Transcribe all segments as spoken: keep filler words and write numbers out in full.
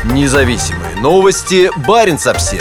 Независимые новости. Баренц-Обсервис.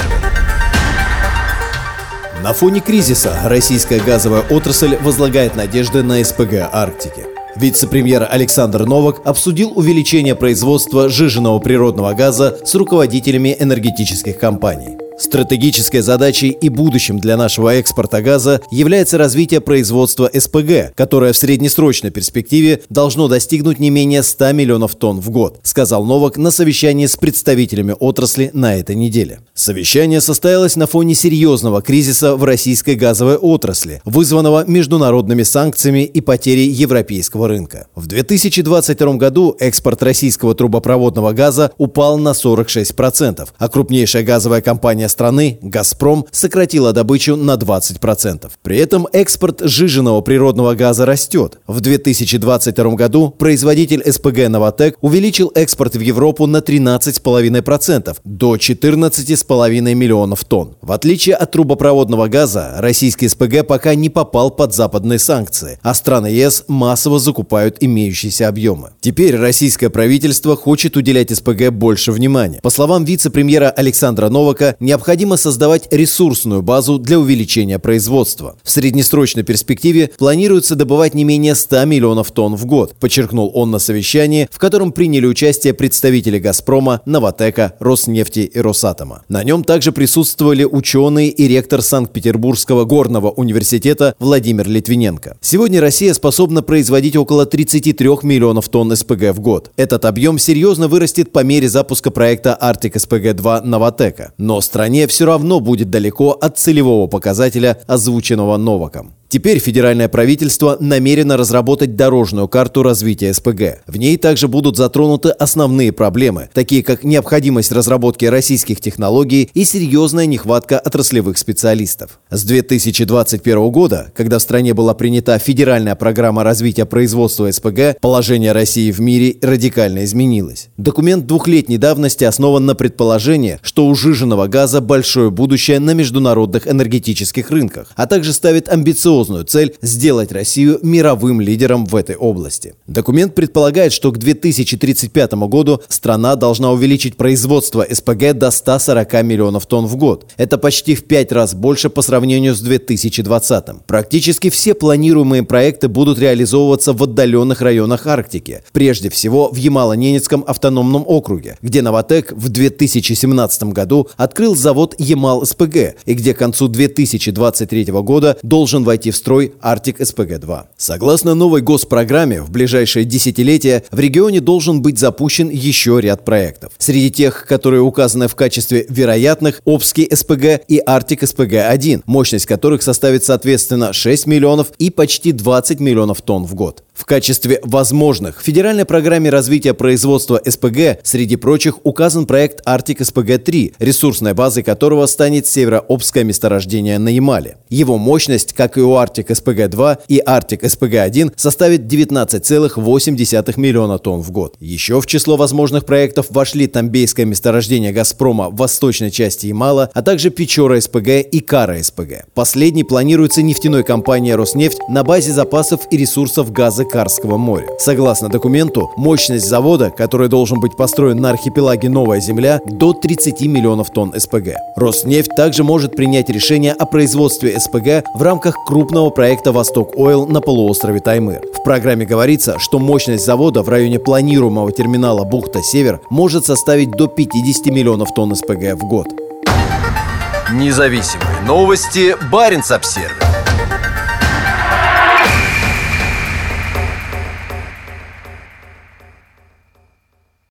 На фоне кризиса российская газовая отрасль возлагает надежды на СПГ Арктики. Вице-премьер Александр Новак обсудил увеличение производства сжиженного природного газа с руководителями энергетических компаний. Стратегической задачей и будущим для нашего экспорта газа является развитие производства СПГ, которое в среднесрочной перспективе должно достигнуть не менее ста миллионов тонн в год, сказал Новак на совещании с представителями отрасли на этой неделе. Совещание состоялось на фоне серьезного кризиса в российской газовой отрасли, вызванного международными санкциями и потерей европейского рынка. В две тысячи двадцать втором году экспорт российского трубопроводного газа упал на сорок шесть процентов, а крупнейшая газовая компания страны «Газпром» сократила добычу на двадцать процентов. При этом экспорт сжиженного природного газа растет. В две тысячи двадцать втором году производитель СПГ «Новатэк» увеличил экспорт в Европу на тринадцать целых пять десятых процента до четырнадцати целых пяти десятых миллионов тонн. В отличие от трубопроводного газа, российский СПГ пока не попал под западные санкции, а страны ЕС массово закупают имеющиеся объемы. Теперь российское правительство хочет уделять СПГ больше внимания. По словам вице-премьера Александра Новака, необходимо создавать ресурсную базу для увеличения производства. В среднесрочной перспективе планируется добывать не менее ста миллионов тонн в год, подчеркнул он на совещании, в котором приняли участие представители «Газпрома», «Новатэка», «Роснефти» и «Росатома». На нем также присутствовали ученые и ректор Санкт-Петербургского горного университета Владимир Литвиненко. Сегодня Россия способна производить около тридцати трёх миллионов тонн СПГ в год. Этот объем серьезно вырастет по мере запуска проекта «Арктик СПГ-два» Новатэка. Но стране все равно будет далеко от целевого показателя, озвученного Новаком. Теперь федеральное правительство намерено разработать дорожную карту развития СПГ. В ней также будут затронуты основные проблемы, такие как необходимость разработки российских технологий и серьезная нехватка отраслевых специалистов. С две тысячи двадцать первого года, когда в стране была принята федеральная программа развития производства СПГ, положение России в мире радикально изменилось. Документ двухлетней давности основан на предположении, что у сжиженного газа большое будущее на международных энергетических рынках, а также ставит амбициозные цель сделать Россию мировым лидером в этой области. Документ предполагает, что к две тысячи тридцать пятому году страна должна увеличить производство СПГ до ста сорока миллионов тонн в год. Это почти в пять раз больше по сравнению с две тысячи двадцатым. Практически все планируемые проекты будут реализовываться в отдаленных районах Арктики, прежде всего в Ямало-Ненецком автономном округе, где «Новатэк» в две тысячи семнадцатом году открыл завод «Ямал-СПГ» и где к концу две тысячи двадцать третьего года должен войти в строй «Арктик СПГ-два». Согласно новой госпрограмме, в ближайшее десятилетие в регионе должен быть запущен еще ряд проектов. Среди тех, которые указаны в качестве вероятных, Обский СПГ и Арктик СПГ-один, мощность которых составит соответственно шесть миллионов и почти двадцать миллионов тонн в год. В качестве возможных в федеральной программе развития производства СПГ среди прочих указан проект «Арктик СПГ-три», ресурсной базой которого станет северообское месторождение на Ямале. Его мощность, как и у «Арктик СПГ-два» и «Арктик СПГ-один», составит девятнадцать целых восемь десятых миллиона тонн в год. Еще в число возможных проектов вошли Тамбейское месторождение «Газпрома» в восточной части Ямала, а также Печора СПГ и Кара СПГ. Последний планируется нефтяной компанией «Роснефть» на базе запасов и ресурсов газа Карского моря. Согласно документу, мощность завода, который должен быть построен на архипелаге Новая Земля, до тридцати миллионов тонн СПГ. Роснефть также может принять решение о производстве СПГ в рамках крупного проекта «Восток Ойл» на полуострове Таймыр. В программе говорится, что мощность завода в районе планируемого терминала «Бухта-Север» может составить до пятидесяти миллионов тонн СПГ в год. Независимые новости. Баренц-Обсервис.